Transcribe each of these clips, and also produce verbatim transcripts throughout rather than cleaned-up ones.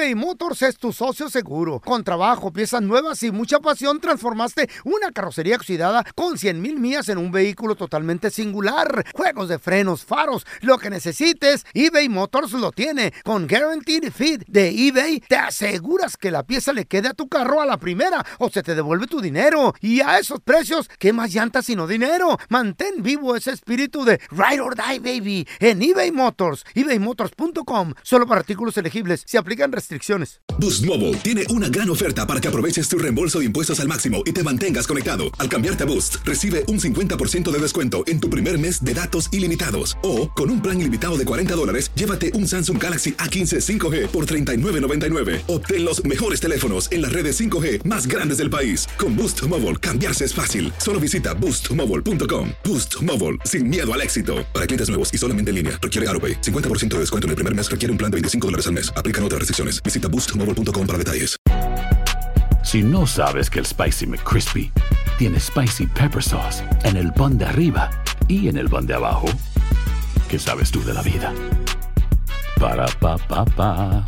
eBay Motors es tu socio seguro. Con trabajo, piezas nuevas y mucha pasión, transformaste una carrocería oxidada con cien mil millas en un vehículo totalmente singular. Juegos de frenos, faros, lo que necesites, eBay Motors lo tiene. Con Guaranteed Fit de eBay, te aseguras que la pieza le quede a tu carro a la primera o se te devuelve tu dinero. Y a esos precios, ¿qué más llantas sino dinero? Mantén vivo ese espíritu de Ride or Die, baby, en eBay Motors. ebay motors punto com. Solo para artículos elegibles. Se aplican restricciones. Boost Mobile tiene una gran oferta para que aproveches tu reembolso de impuestos al máximo y te mantengas conectado. Al cambiarte a Boost, recibe un cincuenta por ciento de descuento en tu primer mes de datos ilimitados. O, con un plan ilimitado de cuarenta dólares, llévate un Samsung Galaxy A quince cinco G por treinta y nueve noventa y nueve. Obtén los mejores teléfonos en las redes cinco G más grandes del país. Con Boost Mobile, cambiarse es fácil. Solo visita boost mobile punto com. Boost Mobile, sin miedo al éxito. Para clientes nuevos y solamente en línea, requiere AutoPay. cincuenta por ciento de descuento en el primer mes requiere un plan de veinticinco dólares al mes. Aplican otras restricciones. Visita boost mobile punto com para detalles. Si no sabes que el Spicy McCrispy tiene Spicy Pepper Sauce en el pan de arriba y en el pan de abajo, ¿qué sabes tú de la vida? Para, pa, pa, pa.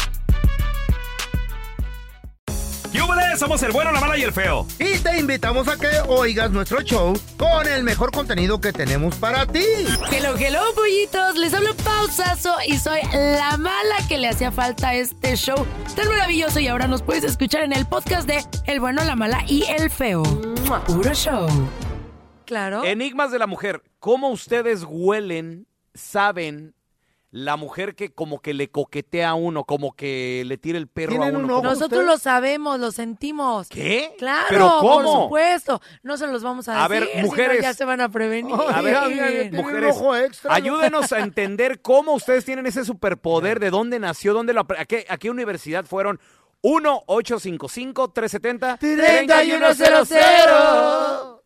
¡Yúbales! Somos el bueno, la mala y el feo. Y te invitamos a que oigas nuestro show con el mejor contenido que tenemos para ti. Hello, hello, pollitos. Les hablo Pausazo y soy la mala que le hacía falta a este show tan maravilloso. Y ahora nos puedes escuchar en el podcast de El bueno, la mala y el feo. Puro show. Claro. Enigmas de la mujer. ¿Cómo ustedes huelen, saben la mujer que como que le coquetea a uno, como que le tira el perro a uno? Nosotros ¿Cómo? lo sabemos, lo sentimos. ¿Qué? Claro, ¿Pero cómo? por supuesto. No se los vamos a, A decir. ver, mujeres. Si no, ya se van a prevenir. A ver, mujeres, ayúdenos a entender cómo ustedes tienen ese superpoder, de dónde nació, dónde lo apre- a qué, a qué universidad fueron. uno ocho cinco cinco, tres siete cero, treinta y uno cero cero.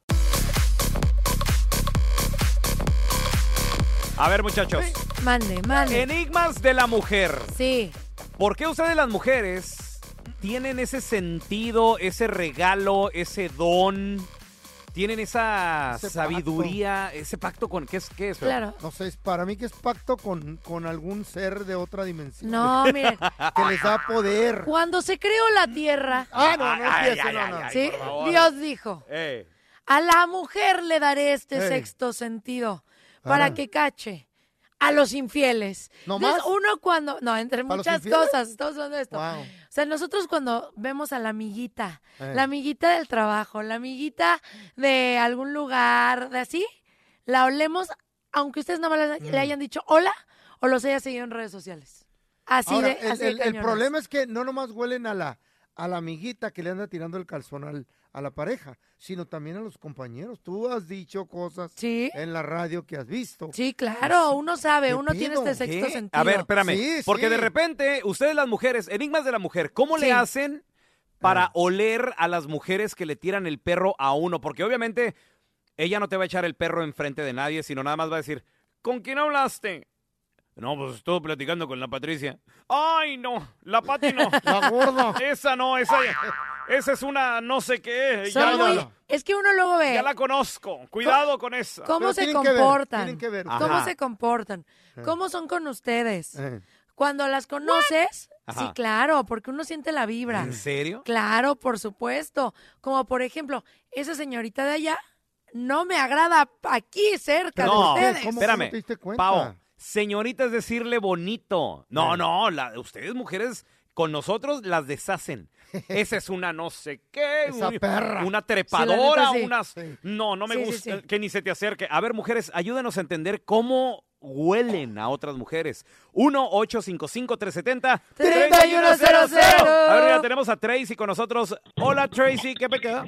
A ver, muchachos. Mande, mande. Enigmas de la mujer. Sí. ¿Por qué ustedes las mujeres tienen ese sentido, ese regalo, ese don? Tienen esa Ese sabiduría, pacto. ese pacto con... ¿Qué es? Qué es? Claro. No sé, es para mí que es pacto con, con algún ser de otra dimensión. No, miren. Que les da poder. Cuando se creó la tierra. Ah, no, no Ay, empiece, ay, no, ay, no. ay, ¿Sí? por favor. Dios dijo, Eh. a la mujer le daré este Ey. sexto sentido para Ah. que cache a los infieles. ¿No Entonces, más? uno cuando, no, entre ¿Para los muchas infieles? cosas, estamos hablando de esto. Wow. O sea, nosotros cuando vemos a la amiguita, Ey. la amiguita del trabajo, la amiguita de algún lugar, de así, la olemos, aunque ustedes nada más le, Mm. le hayan dicho hola o los haya seguido en redes sociales. Así Ahora, de, el, así de el- el cañones. problema es que no nomás huelen a la, a la amiguita que le anda tirando el calzón al, a la pareja, sino también a los compañeros. Tú has dicho cosas Sí. en la radio que has visto. Sí, claro, uno sabe, ¿Qué uno tiene pido? este sexto ¿Qué? sentido. A ver, espérame. Sí, porque sí. de repente, ustedes las mujeres, enigmas de la mujer, ¿cómo le Sí. hacen para Ah. oler a las mujeres que le tiran el perro a uno? Porque obviamente ella no te va a echar el perro enfrente de nadie, sino nada más va a decir, ¿con quién hablaste? No, pues estuve platicando con la Patricia. Ay, no, la Pati no. La gorda. Esa no, esa, esa es una no sé qué. Son Ya, ya, muy- ya. Es que uno luego ve ya la conozco. Cuidado con esa. cómo Pero se tienen que ver, comportan. tienen que ver. Ajá. ¿Cómo se comportan? Eh. ¿Cómo son con ustedes? Eh. Cuando las conoces, Ajá. sí, claro, porque uno siente la vibra. ¿En serio? Claro, por supuesto. Como por ejemplo, esa señorita de allá no me agrada aquí cerca No, de ustedes. ¿Cómo, espérame, cómo te diste cuenta? Pao, señorita es decirle bonito. No, no, la, ustedes mujeres con nosotros las deshacen. Esa es una no sé qué, Esa un- perra. una Sí, trepadora, la neta, sí. unas... Sí. No, no me Sí, sí, gusta sí. que ni se te acerque. A ver, mujeres, ayúdenos a entender cómo huelen a otras mujeres. uno ocho cinco cinco, tres siete cero, treinta y uno cero cero. A ver, ya tenemos a Tracy con nosotros. Hola, Tracy, ¿qué pecado?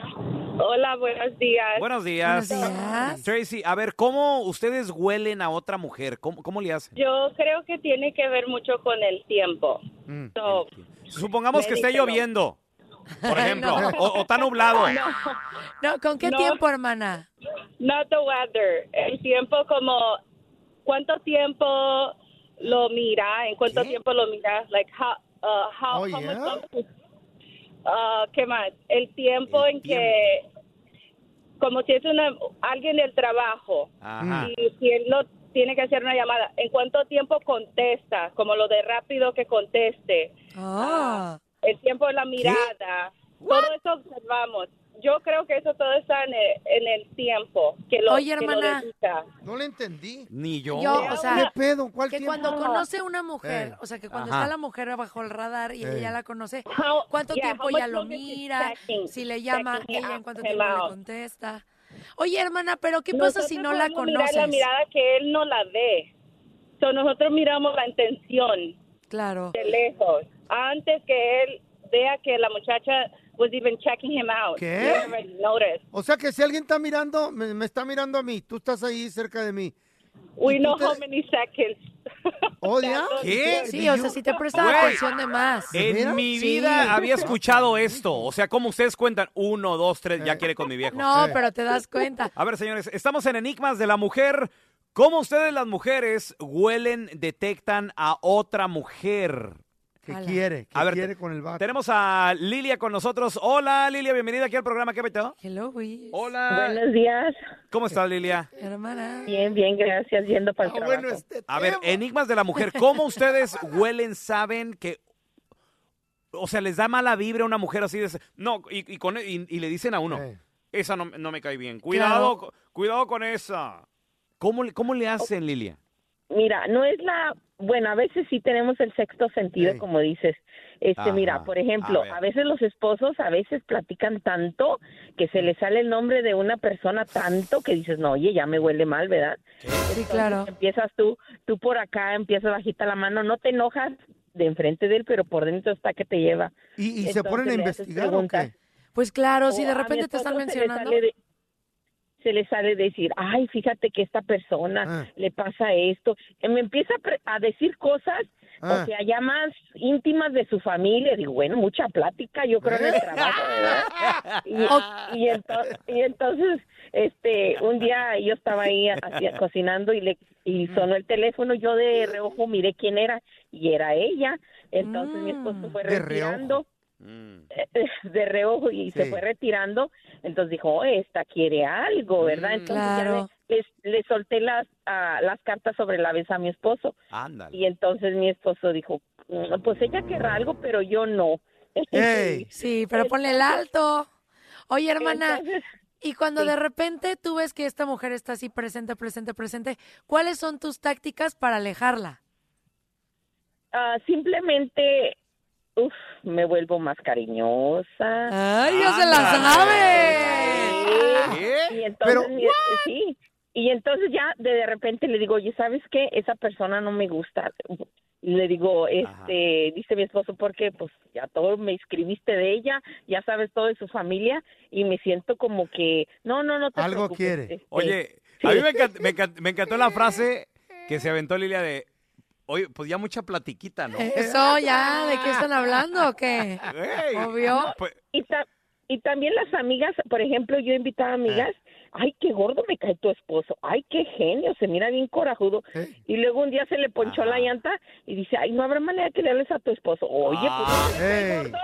Hola, buenos días. Buenos días. Buenos días. Tracy, a ver, ¿cómo ustedes huelen a otra mujer? ¿Cómo, cómo le hacen? Yo creo que tiene que ver mucho con el tiempo. Mm. So, Supongamos que esté Médicalo. lloviendo, por ejemplo, No. o, o está nublado. No, ¿con qué No. tiempo, hermana? not the weather. El tiempo como, ¿cuánto tiempo lo mira? ¿En cuánto ¿Qué? tiempo lo mira? Like, how, uh, how, Oh, how yeah. much- uh, ¿qué más? El tiempo El en que, como si es una alguien del trabajo, Ajá. y si él no tiene que hacer una llamada. ¿En cuánto tiempo contesta? Como lo de rápido que conteste. Ah. Uh, el tiempo de la mirada. Todo eso observamos. Yo creo que eso todo está en el, en el tiempo. Que lo, Oye, que lo hermana. dedica. No le entendí. Ni yo. Yo, o sea, ¿Qué pedo? ¿Cuál que tiempo? cuando conoce a una mujer, Eh. o sea, que cuando Ajá. está la mujer bajo el radar y ella Eh. ya la conoce, How- ¿cuánto yeah, tiempo how much ya lo longer is mira? checking- Si le llama checking ella, ¿en cuánto him tiempo le out? contesta? Oye, hermana, pero ¿qué pasa si no la Nosotros podemos mirar conoces? la mirada que él no la ve. So, nosotros miramos la intención Claro. de lejos. Antes que él vea que la muchacha was even checking him out. ¿Qué? We already noticed. O sea que si alguien está mirando, me, me está mirando a mí, tú estás ahí cerca de mí. We ¿Y tú know te- how many seconds. ¿Oh, ya? ¿Qué? Sí, o sea, si te prestan Güey. atención de más. ¿De En veras? mi Sí. vida había escuchado esto. O sea, como ustedes cuentan, uno, dos, tres, ya quiere con mi viejo. No, Sí. pero te das cuenta. A ver, señores, estamos en Enigmas de la Mujer. ¿Cómo ustedes las mujeres huelen, detectan a otra mujer? ¿Qué Ala. quiere? ¿Qué A ver, quiere con el vato? Tenemos a Lilia con nosotros. Hola, Lilia, bienvenida aquí al programa. ¿Qué peteo? Hello, Wiz. Hola. Buenos días. ¿Cómo estás, Lilia? Hermana. Bien, bien, gracias. Yendo para el Ah, trabajo. bueno, este A ver, tema. Enigmas de la Mujer. ¿Cómo ustedes huelen, saben que... O sea, les da mala vibra a una mujer así de... No, y, y, con, y, y le dicen a uno, Eh. esa no, no me cae bien. Cuidado, co- cuidado con esa. ¿Cómo, le- ¿Cómo le hacen, Lilia? Mira, no es la... Bueno, a veces sí tenemos el sexto sentido, Sí. como dices. Este, Ajá. mira, por ejemplo, A ver. a, veces los esposos a veces platican tanto que se les sale el nombre de una persona tanto que dices, no, oye, ya me huele mal, ¿verdad? Sí, claro. Empiezas tú, tú por acá, empiezas bajita la mano, no te enojas de enfrente de él, pero por dentro está que te lleva. ¿Y, y se Entonces ponen a le haces investigar o preguntas. qué? Pues claro, si O de a mi repente te están esposo se le mencionando. sale de- se le sale decir, ay, fíjate que esta persona Ah. le pasa esto. Y me empieza a, pre- a decir cosas, Ah. o sea, ya más íntimas de su familia. Digo, bueno, mucha plática, yo creo, en el trabajo, ¿verdad? Y, y, ento- y entonces, este, un día yo estaba ahí hacía- cocinando y le y sonó el teléfono, yo de reojo miré quién era, y era ella. Entonces mi esposo fue De reojo. retirando Mm. de reojo y se Sí. fue retirando, entonces dijo, oh, esta quiere algo, ¿verdad? Mm. Entonces Claro. ya le, le- le solté las ah, las cartas sobre la mesa a mi esposo Ándale. y entonces mi esposo dijo, "Mm, pues ella querrá algo, pero yo no." Ey. Sí, pero ponle el alto. Oye, hermana, Entonces, y cuando sí. de repente tú ves que esta mujer está así presente, presente, presente, ¿cuáles son tus tácticas para alejarla? ah, simplemente, uf, me vuelvo más cariñosa. ¡Ay, ya se la sabe! ¿Qué? Y entonces, Pero, mi- sí, y entonces ya de, de repente le digo, oye, ¿sabes qué? Esa persona no me gusta. Y le digo, este, dice mi esposo, porque pues ya todo me escribiste de ella, ya sabes todo de su familia, y me siento como que, no, no, no te Algo preocupes, quiere. este, Oye, sí. a mí me encantó, me, encantó, me encantó la frase que se aventó Lilia de, oye, pues ya mucha platiquita, ¿no? Eso ya, ¿de qué están hablando o qué? Ey, Obvio. pues, Y, ta- y también las amigas, por ejemplo, yo invitaba a amigas, ay, qué gordo me cae tu esposo, ay, qué genio, se mira bien corajudo. ¿Eh? Y luego un día se le ponchó Ajá. la llanta y dice, ay, no habrá manera que le hables a tu esposo. Oye, Ah. pues, ¿no te cae Ey. gordo?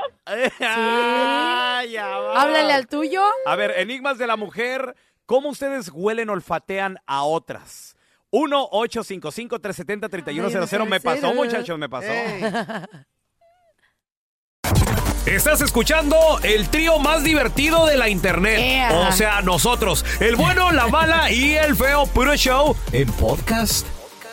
Ah, ya va. Háblale al tuyo. A ver, enigmas de la mujer, ¿cómo ustedes huelen, olfatean a otras? uno ocho cinco cinco, tres siete cero, tres uno cero cero. Me pasó, muchachos, me pasó. Ey. Estás escuchando el trío más divertido de la internet. Yeah. O sea, nosotros, el bueno, la mala y el feo puro show en podcast.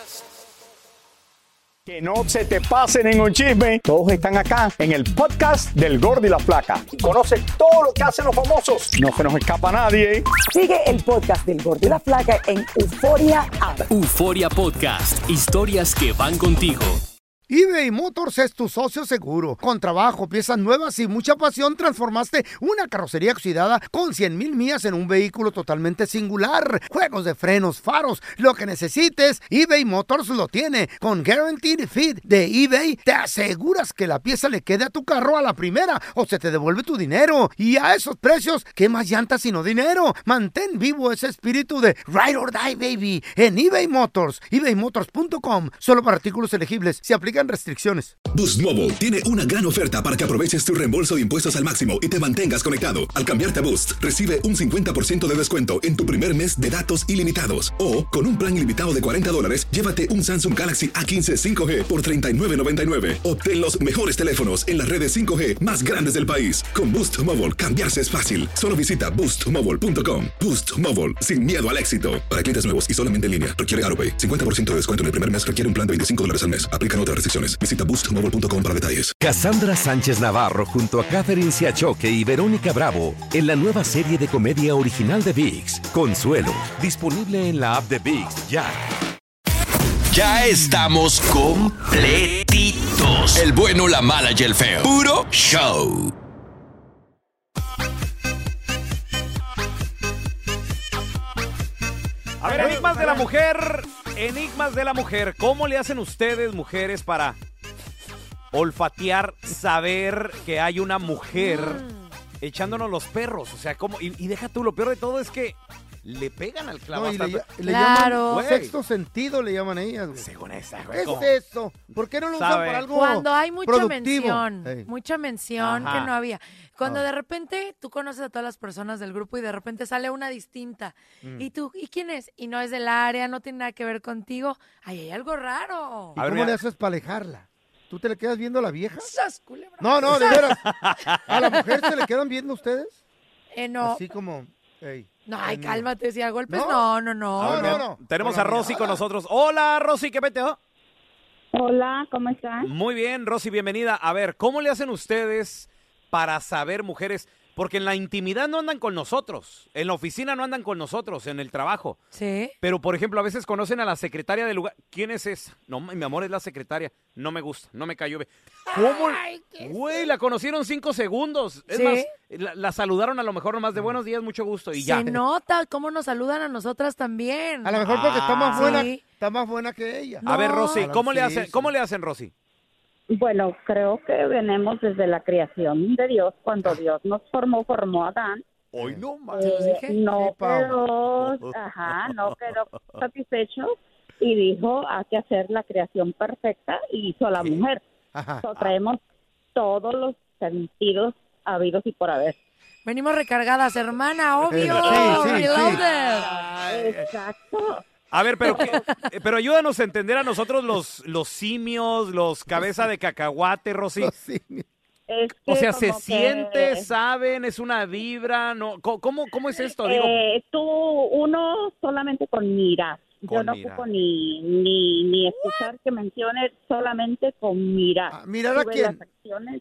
Que no se te pase ningún chisme. Todos están acá en el podcast del Gordo y la Flaca. Y conoce todo lo que hacen los famosos. No se nos escapa nadie. Sigue el podcast del Gordo y la Flaca en Euforia App. Euforia Podcast, historias que van contigo. eBay Motors es tu socio seguro. Con trabajo, piezas nuevas y mucha pasión, transformaste una carrocería oxidada con cien mil millas en un vehículo totalmente singular. Juegos de frenos, faros, lo que necesites, eBay Motors lo tiene. Con Guaranteed Fit de eBay, te aseguras que la pieza le quede a tu carro a la primera o se te devuelve tu dinero. Y a esos precios, ¿qué más llantas sino dinero? Mantén vivo ese espíritu de Ride or Die, baby, en eBay Motors. eBay Motors punto com. Solo para artículos elegibles. Se aplican Aplican restricciones. Boost Mobile tiene una gran oferta para que aproveches tu reembolso de impuestos al máximo y te mantengas conectado. Al cambiarte a Boost, recibe un cincuenta por ciento de descuento en tu primer mes de datos ilimitados. O, con un plan ilimitado de cuarenta dólares, llévate un Samsung Galaxy A quince cinco G por treinta y nueve noventa y nueve. Obtén los mejores teléfonos en las redes cinco G más grandes del país. Con Boost Mobile, cambiarse es fácil. Solo visita boost mobile punto com. Boost Mobile, sin miedo al éxito. Para clientes nuevos y solamente en línea, requiere AutoPay. cincuenta por ciento de descuento en el primer mes requiere un plan de veinticinco dólares al mes. Aplican otras restricciones. Visita boost mobile punto com para detalles. Cassandra Sánchez Navarro junto a Catherine Siachoque y Verónica Bravo en la nueva serie de comedia original de ViX, Consuelo, disponible en la app de ViX ya. Ya estamos completitos. El bueno, la mala y el feo. Puro show. A ver, enigmas de la mujer. Enigmas de la mujer. ¿Cómo le hacen ustedes, mujeres, para olfatear, saber que hay una mujer echándonos los perros? O sea, ¿cómo? Y, y deja tú, lo peor de todo es que le pegan al clavo. No, y hasta- le, le Claro. llaman Güey. sexto sentido, le llaman ellas, güey. Según esa, ¿Qué güey. es ¿cómo? eso? ¿Por qué no lo usan Sabe. para algo Cuando hay mucha productivo? mención, Ey. mucha mención Ajá. que no había. Cuando Ah. de repente tú conoces a todas las personas del grupo y de repente sale una distinta. Mm. Y tú, ¿y quién es? Y no es del área, no tiene nada que ver contigo. Ay, hay algo raro. ¿Y A ver, cómo mira. le haces para alejarla? ¿Tú te le quedas viendo a la vieja? ¡Sas, culebra! No, no, de veras. ¿A la mujer se le quedan viendo ustedes? Eh, no. Así como, ey. No, ay, Ay, no. cálmate, si a golpes ¿No? no, no, no. A ver, no, mira, no. Tenemos Con a la Rosy mirada. con nosotros. Hola, Rosy, ¿qué peteo? Hola, ¿cómo estás? Muy bien, Rosy, bienvenida. A ver, ¿cómo le hacen ustedes para saber, mujeres? Porque en la intimidad no andan con nosotros, en la oficina no andan con nosotros, en el trabajo. Sí. Pero, por ejemplo, a veces conocen a la secretaria del lugar. ¿Quién es esa? No, mi amor, es la secretaria. No me gusta, no me cayó bien. ¿Cómo? Güey, la conocieron cinco segundos. Es Sí. más, la, la saludaron a lo mejor nomás de buenos días, mucho gusto y ya. Se nota cómo nos saludan a nosotras también. A lo mejor porque está más Ah. buena, Sí. está más buena que ella. A ver, No. Rosy, ¿cómo le Sí, hacen? sí. ¿Cómo le hacen, Rosy? Bueno, creo que venimos desde la creación de Dios. Cuando Dios nos formó, formó a Adán. Hoy no ¿Te los Eh, dije? no Sí, Pau. quedó, ajá, no quedó satisfecho y dijo, hay que hacer la creación perfecta y hizo a la mujer. Ajá. So, traemos todos los sentidos habidos y por haber. Venimos recargadas, hermana, obvio. Sí, sí, sí. Reloaded. Exacto. A ver, pero, ¿qué- eh, pero ayúdanos a entender a nosotros los, los simios, los cabeza de cacahuate, Rosy. Sí. Es O que sea, ¿se como que, siente, saben, es una vibra? No, ¿Cómo, cómo, cómo es esto? Digo, eh, tú, uno solamente con mirar. Yo Con no mirar. ocupo ni, ni, ni escuchar que mencione, solamente con mirar. Ah, ¿mirar a Tú ves quién? las acciones,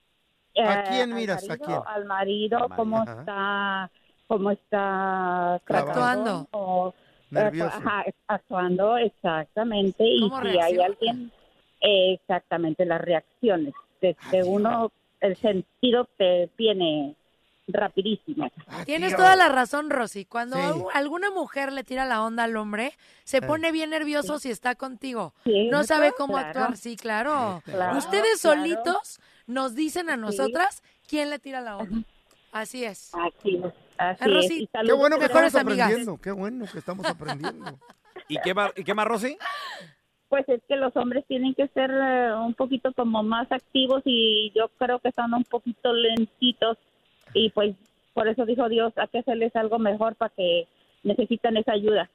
¿A eh, quién al miras? ¿A marido, quién? Al marido, Al cómo marido. está, cómo está Clavado. Actuando. o, eh, Nervioso. ajá, actuando exactamente y ¿Cómo si hay reacciona? alguien, eh, exactamente las reacciones. Desde uno, el sentido te viene rapidísimo. Ah, Tienes tío. toda la razón, Rosy. Cuando Sí. algu- alguna mujer le tira la onda al hombre, se pone bien nervioso si está contigo. Sí, No sabe cómo claro. actuar. Sí, claro. Claro, Ustedes claro. solitos nos dicen a nosotras quién le tira la onda. Así es. Así, así Ay, Rosy, es. Y Qué saludos bueno que a- Mejores estamos amigas. aprendiendo. Qué bueno que estamos aprendiendo. ¿y qué más, y qué más, Rosy? Pues es que los hombres tienen que ser eh, un poquito como más activos y yo creo que están un poquito lentitos y pues por eso dijo Dios, hay que hacerles algo mejor para que necesitan esa ayuda.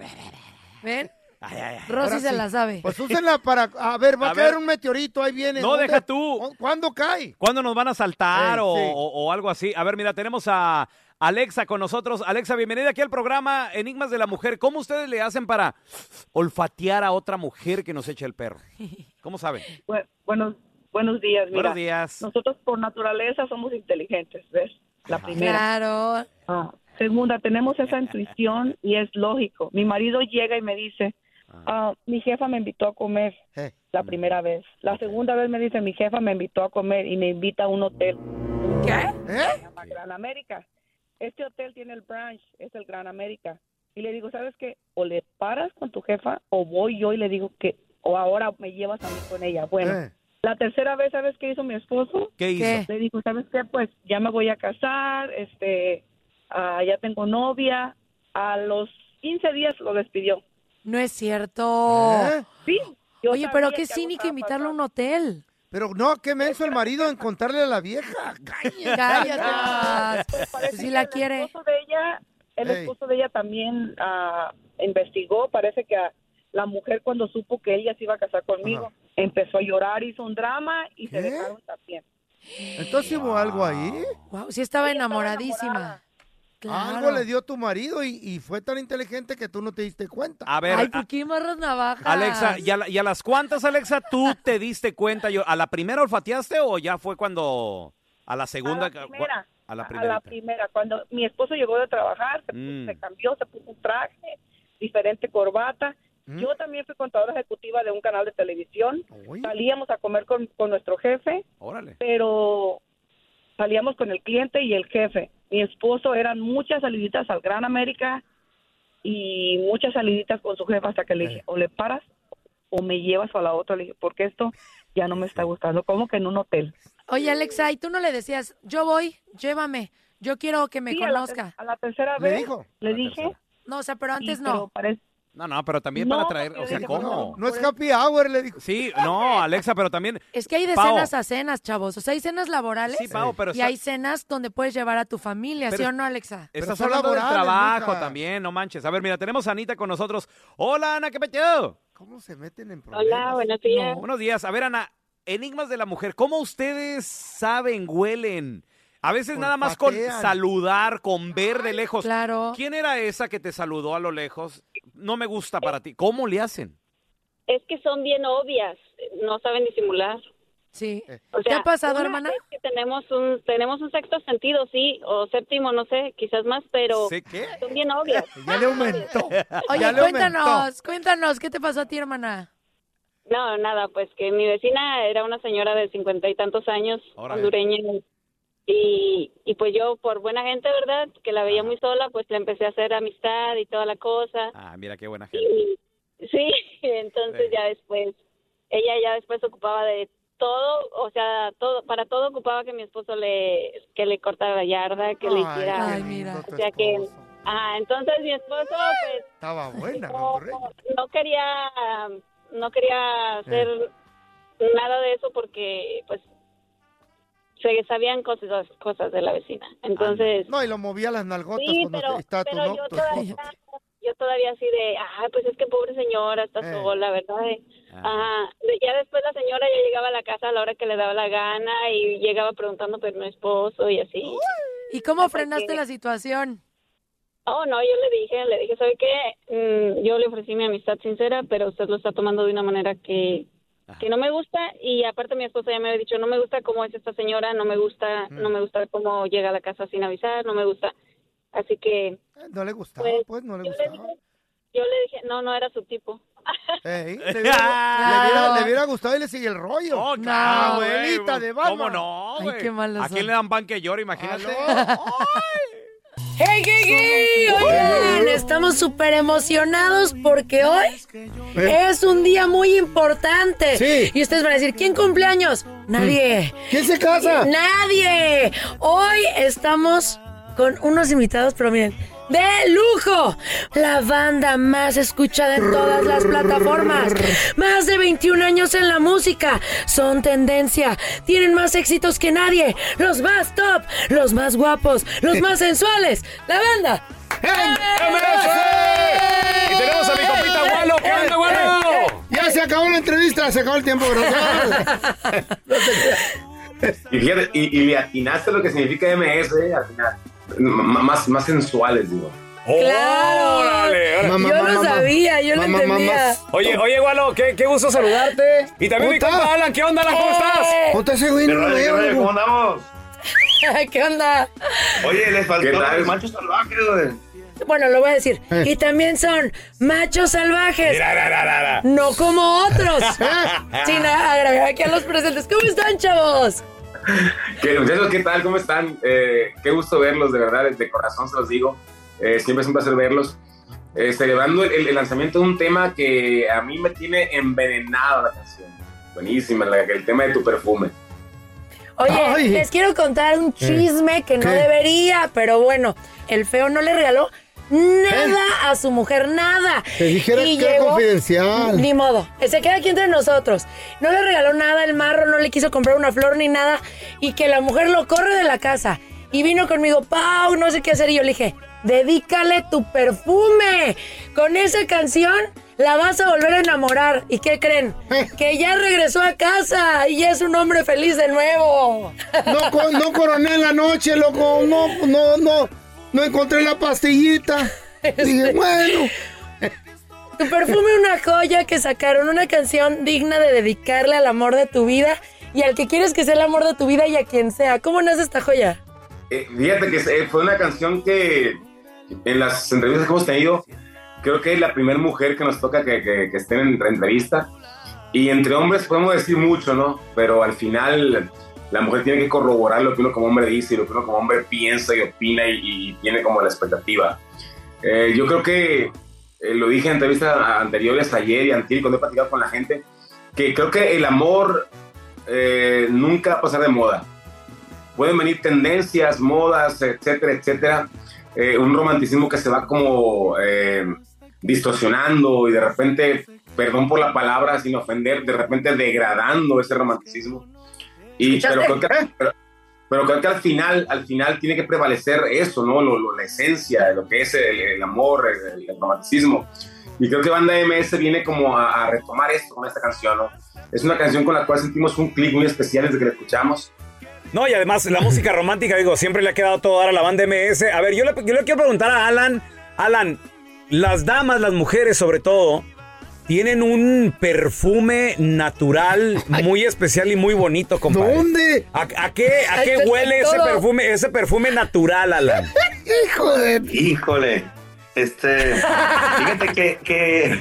¿Ven? Ay, ay, ay. Rosy Ahora se sí. la sabe. Pues úsenla para... A ver, va a, A caer ver. un meteorito, ahí viene. No, ¿Dónde- deja tú. ¿Cuándo cae? ¿Cuándo nos van a saltar Ey, o, sí. o- o algo así? A ver, mira, tenemos a Alexa con nosotros. Alexa, bienvenida aquí al programa Enigmas de la Mujer. ¿Cómo ustedes le hacen para olfatear a otra mujer que nos echa el perro? ¿Cómo saben? Bu- buenos, buenos días, mira. Buenos días. Nosotros por naturaleza somos inteligentes, ¿ves? La primera. Claro. Ah, segunda, tenemos esa intuición y es lógico. Mi marido llega y me dice, ah, mi jefa me invitó a comer Eh. la primera vez. La segunda vez me dice, mi jefa me invitó a comer y me invita a un hotel. ¿Qué? ¿Eh? Se llama Gran América. Este hotel tiene el branch, es el Gran América. Y le digo, ¿sabes qué? O le paras con tu jefa o voy yo y le digo que, o ahora me llevas a mí con ella. Bueno, Eh. la tercera vez, ¿sabes qué hizo mi esposo? ¿Qué hizo? ¿Qué? Le dijo, ¿sabes qué? Pues ya me voy a casar, este, ah, ya tengo novia. A los quince días lo despidió. No es cierto. ¿Eh? Sí, Yo Oye, sabía pero qué que algo cínico estaba invitarlo a un pasando. hotel. Pero no, qué menso el marido en contarle a la vieja. Cállate. Cállate. Pues parece Si que la el quiere. esposo de ella, el Ey. esposo de ella también ah, investigó. Parece que a la mujer cuando supo que ella se iba a casar conmigo, Ajá. empezó a llorar, hizo un drama y ¿Qué? se dejaron también. Entonces hubo algo ahí. Wow, sí estaba Ella estaba enamoradísima. enamorada. Claro. Algo le dio tu marido y, y fue tan inteligente que tú no te diste cuenta. A ver, Ay, a- ¿por qué amarras navajas? Alexa, ¿y a, la- y a las cuantas, Alexa, tú te diste cuenta? Yo, ¿A la primera olfateaste o ya fue cuando a la segunda? A la primera. A la A primera. la primera. Cuando mi esposo llegó de trabajar, se, puso- Mm. se cambió, se puso un traje, diferente corbata. ¿Mm? Yo también fui contadora ejecutiva de un canal de televisión. Uy. Salíamos a comer con, con nuestro jefe, Órale. pero salíamos con el cliente y el jefe. Mi esposo eran muchas saliditas al Gran América y muchas saliditas con su jefa hasta que le dije, o le paras o me llevas a la otra. Le dije, porque esto ya no me está gustando. ¿Cómo que en un hotel? Oye, Alexa, ¿y tú no le decías, yo voy, llévame, yo quiero que me Sí, a la conozca? ter- A la, tercera ¿Le vez dijo? le A la dije... tercera. No, o sea, pero antes sí, no. pero parece- No, no, pero también No, para traer, porque o sea, dije, ¿cómo? No es happy hour, le dijo. Sí, no, Alexa, pero también... Es que hay de Pao. cenas a cenas, chavos. O sea, hay cenas laborales Sí, Pao, pero y está- hay cenas donde puedes llevar a tu familia, ¿sí Pero- o no, Alexa? Pero Estás son hablando del laborales, trabajo mija. también, no manches. A ver, mira, tenemos a Anita con nosotros. Hola, Ana, ¿qué pecho? ¿Cómo se meten en problemas? Hola, buenos días. Buenos días. A ver, Ana, enigmas de la mujer. ¿Cómo ustedes saben, huelen? A veces nada más con Olfatean. saludar, con ver de lejos. Claro. ¿Quién era esa que te saludó a lo lejos? No me gusta para ti. ¿Cómo le hacen? Es que son bien obvias, no saben disimular. Sí. O ¿Qué sea, ha pasado, una hermana? es que tenemos un tenemos un sexto sentido, sí, o séptimo, no sé, quizás más, pero ¿Sé qué? son bien obvias. Ya le aumentó. Oye, Ya le cuéntanos, aumentó. cuéntanos, ¿qué te pasó a ti, hermana? No, nada, pues que mi vecina era una señora de cincuenta y tantos años, Órale. hondureña, y, y pues yo, por buena gente, ¿verdad?, que la veía muy sola, pues le empecé a hacer amistad y toda la cosa. Ah, mira qué buena gente. Y, sí, entonces Sí. ya después, ella ya después se ocupaba de todo, o sea, todo para todo ocupaba que mi esposo le que le cortara la yarda, que le Ay, hiciera... qué Ay, lindo mira. tu O sea que- esposo. Ah, entonces mi esposo, pues, Estaba buena, no, Monterrey. no quería, no quería hacer nada de eso porque, pues, se sabían cosas, cosas de la vecina. Entonces, No, y lo movía las nalgotas sí, cuando pero, está tu, pero no, yo, tu todavía, esposo. yo todavía así de, ah, pues es que pobre señora, está Eh. sola, ¿verdad? Eh, Ajá. Ajá. De- Ya después la señora ya llegaba a la casa a la hora que le daba la gana y llegaba preguntando por mi esposo y así. ¿Y cómo Hasta frenaste que- la situación? Oh, no, yo le dije, le dije, ¿sabe qué? Mm, yo le ofrecí mi amistad sincera, pero usted lo está tomando de una manera que, Ajá. que no me gusta, y aparte mi esposa ya me había dicho, no me gusta cómo es esta señora, no me gusta, Mm. no me gusta cómo llega a la casa sin avisar, no me gusta. Así que Eh, No le gustaba, Pues, pues, no le yo le gustaba. dije, yo le dije, no, no era su tipo. Ey, le, hubiera, le, hubiera, le hubiera gustado y le sigue el rollo. Oh, No, claro, güey. abuelita de Bama. ¿Cómo no, Ay, güey? qué malos ¿A quién son. le dan pan que llora, imagínate? ¡Hey, hey, hey! Oigan, estamos súper emocionados porque hoy es un día muy importante. Sí. Y ustedes van a decir, ¿quién cumpleaños? Nadie. ¿Quién se casa? ¡Nadie! Hoy estamos con unos invitados, pero miren, de lujo. La banda más escuchada en todas las plataformas. Más de veintiún años en la música. Son tendencia. Tienen más éxitos que nadie. Los más top, los más guapos, los más sensuales. La banda. Y tenemos a mi compita Gualo. ¿Qué onda, Gualo? Ya se acabó la entrevista, se acabó el tiempo, gracias. Y fíjate, y, y le atinaste lo que significa M S, eh, al final. M- más, más sensuales, digo. ¡Claro! ¡Órale! órale. Mamá, Yo lo mamá, sabía, yo lo mamá, entendía. mamá. Oye, oye, Gualo, qué, qué gusto saludarte. Y también mi ¿Cómo está? compa Alan. ¿Qué onda, Alan? ¿Cómo estás? ¿Cómo está ese güey? ¿Qué No lo rollo, qué veo, rollo? ¿Cómo güey. andamos? ¿Qué onda? Oye, les ¿Qué faltó tal? los machos salvajes, güey. Bueno, lo voy a decir. Eh. Y también son machos salvajes. Mira, mira, mira, mira. No como otros. Sin agraviar aquí a los presentes. ¿Cómo están, chavos? ¿Qué, muchachos, ¿qué tal? ¿Cómo están? Eh, qué gusto verlos, de verdad, de corazón se los digo. Eh, siempre es un placer verlos. Eh, celebrando el, el lanzamiento de un tema que a mí me tiene envenenado la canción. Buenísima, la, el tema de tu perfume. Oye, Ay. les quiero contar un chisme que no ¿Qué? debería, pero bueno, el feo no le regaló nada ¿Eh? a su mujer, nada. Te dijera Y que era llegó- confidencial. Ni modo, se queda aquí entre nosotros. No le regaló nada el marro, no le quiso comprar una flor ni nada. Y que la mujer lo corre de la casa. Y vino conmigo, Pau, no sé qué hacer. Y yo le dije, dedícale tu perfume. Con esa canción la vas a volver a enamorar. ¿Y qué creen? Que ya regresó a casa y ya es un hombre feliz de nuevo. No, co- no coroné la noche, loco. No, no, no. No encontré la pastillita. Dije, bueno. Tu perfume, una joya que sacaron, una canción digna de dedicarle al amor de tu vida y al que quieres que sea el amor de tu vida y a quien sea. ¿Cómo nace esta joya? Eh, fíjate que eh, fue una canción que en las entrevistas que hemos tenido, creo que es la primera mujer que nos toca que, que, que esté en la entrevista. Y entre hombres podemos decir mucho, ¿no? Pero al final la mujer tiene que corroborar lo que uno como hombre dice y lo que uno como hombre piensa y opina y, y tiene como la expectativa. Eh, yo creo que, eh, lo dije en entrevistas anteriores, ayer y antier, cuando he platicado con la gente, que creo que el amor eh, nunca va a pasar de moda. Pueden venir tendencias, modas, etcétera, etcétera. Eh, un romanticismo que se va como eh, distorsionando y de repente, perdón por la palabra, sin ofender, de repente degradando ese romanticismo. Y, pero, creo que, pero, pero creo que al final, al final tiene que prevalecer eso, ¿no? Lo, lo, la esencia de lo que es el, el amor, el, el romanticismo. Y creo que Banda M S viene como a, a retomar esto con esta canción, ¿no? Es una canción con la cual sentimos un clic muy especial desde que la escuchamos. No, y además la música romántica, digo, siempre le ha quedado todo dar a la Banda M S. A ver, yo le, yo le quiero preguntar a Alan. Alan, las damas, las mujeres sobre todo, tienen un perfume natural muy especial y muy bonito, compadre. ¿Dónde? ¿A, a qué, a qué huele ese perfume, ese perfume natural, Alan? Híjole. Híjole. Este, fíjate que, que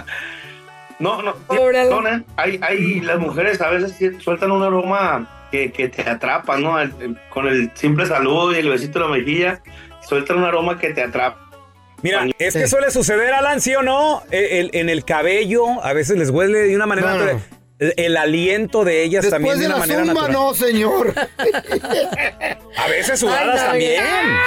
no, no, no, ¿eh? hay, hay, las mujeres a veces sueltan un aroma que, que te atrapa, ¿no? El, el, con el simple saludo y el besito en la mejilla, sueltan un aroma que te atrapa. Mira, es que suele suceder, Alan, ¿sí o no? El, el, en el cabello, a veces les huele de una manera no, natural. No. El, el aliento de ellas Después también de, de una la manera zumba, natural. no, señor. A veces sudadas Ay, no, también.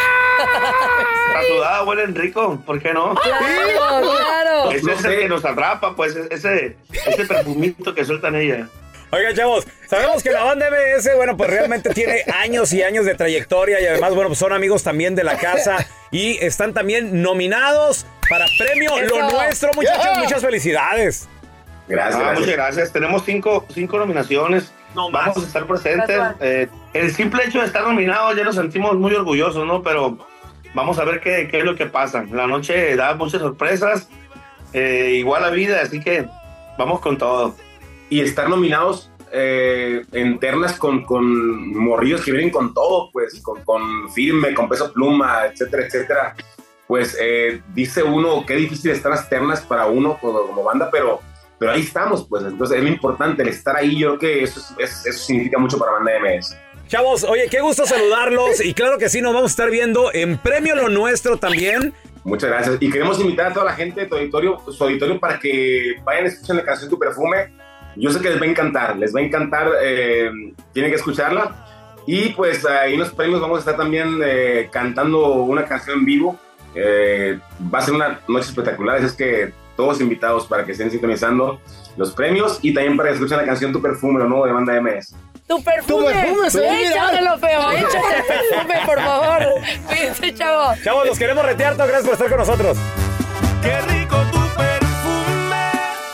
La sudada huelen rico, ¿por qué no? Claro, claro. Ese es el que nos atrapa, pues, ese, ese perfumito que sueltan ellas. Oigan, chavos, sabemos que la Banda M S, bueno, pues realmente tiene años y años de trayectoria y además, bueno, pues son amigos también de la casa y están también nominados para premio Eso. Lo Nuestro, muchachos. Yeah. Muchas felicidades. Gracias, Ah, gracias. muchas gracias. Tenemos cinco, cinco nominaciones. No Vamos más. a estar presentes. Eh, el simple hecho de estar nominados ya nos sentimos muy orgullosos, ¿no? Pero vamos a ver qué, qué es lo que pasa. La noche da muchas sorpresas, eh, igual la vida, así que vamos con todo. Y estar nominados eh, en ternas con, con morrillos que vienen con todo, pues, con, con Firme, con Peso Pluma, etcétera, etcétera. Pues eh, dice uno qué difícil están las ternas para uno como, como banda, pero, pero ahí estamos, pues. Entonces es lo importante, el estar ahí. Yo creo que eso, es, es, eso significa mucho para Banda M S. Chavos, oye, qué gusto saludarlos y claro que sí, nos vamos a estar viendo en Premio Lo Nuestro también. Muchas gracias. Y queremos invitar a toda la gente de tu auditorio, su auditorio para que vayan a escuchar la canción Tu Perfume. Yo sé que les va a encantar, les va a encantar, eh, tienen que escucharla. Y pues ahí en los premios vamos a estar también eh, cantando una canción en vivo. Eh, va a ser una noche espectacular, así es que todos invitados para que estén sintonizando los premios y también para que escuchen la canción Tu Perfume, lo nuevo de Banda M S. Tu perfume. Tu perfume, se va a mirar. Échatelo, feo. Échate el perfume, por favor. Cuídense, chavos. Chavos, los queremos retear, gracias por estar con nosotros. Qué rico tu perfume.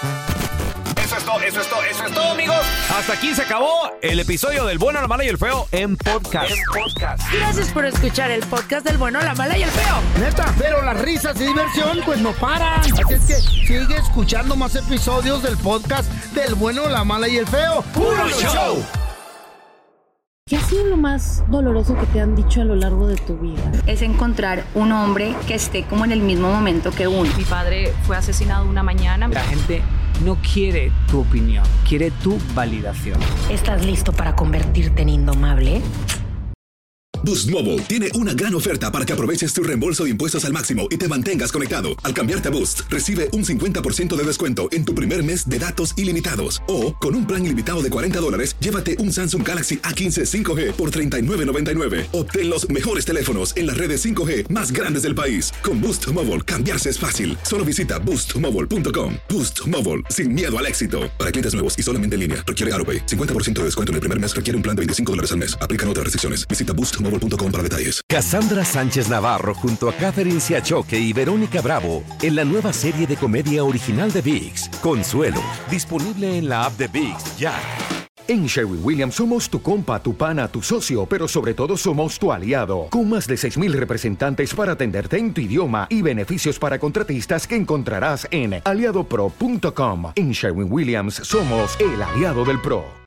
Eso es todo, eso es todo, eso es todo, amigos. Hasta aquí se acabó el episodio del Bueno, la Mala y el Feo en podcast. Gracias por escuchar el podcast del bueno, la mala y el feo. Neta, pero las risas y diversión pues no paran. Así es que sigue escuchando más episodios del podcast del Bueno, la Mala y el Feo. ¡Puro show! ¿Qué ha sido lo más doloroso que te han dicho a lo largo de tu vida? Es encontrar un hombre que esté como en el mismo momento que uno. Mi padre fue asesinado una mañana. La gente no quiere tu opinión, quiere tu validación. ¿Estás listo para convertirte en indomable? Boost Mobile tiene una gran oferta para que aproveches tu reembolso de impuestos al máximo y te mantengas conectado. Al cambiarte a Boost, recibe un cincuenta por ciento de descuento en tu primer mes de datos ilimitados. O, con un plan ilimitado de cuarenta dólares, llévate un Samsung Galaxy A quince cinco G por treinta y nueve noventa y nueve. Obtén los mejores teléfonos en las redes cinco G más grandes del país. Con Boost Mobile, cambiarse es fácil. Solo visita boost mobile punto com. Boost Mobile, sin miedo al éxito. Para clientes nuevos y solamente en línea, requiere AutoPay. cincuenta por ciento de descuento en el primer mes requiere un plan de veinticinco dólares al mes. Aplican otras restricciones. Visita boost mobile punto com para detalles. Cassandra Sánchez Navarro junto a Catherine Siachoque y Verónica Bravo en la nueva serie de comedia original de ViX, Consuelo, disponible en la app de ViX ya. En Sherwin-Williams somos tu compa, tu pana, tu socio, pero sobre todo somos tu aliado, con más de seis mil representantes para atenderte en tu idioma y beneficios para contratistas que encontrarás en aliado pro punto com. En Sherwin-Williams somos el aliado del pro.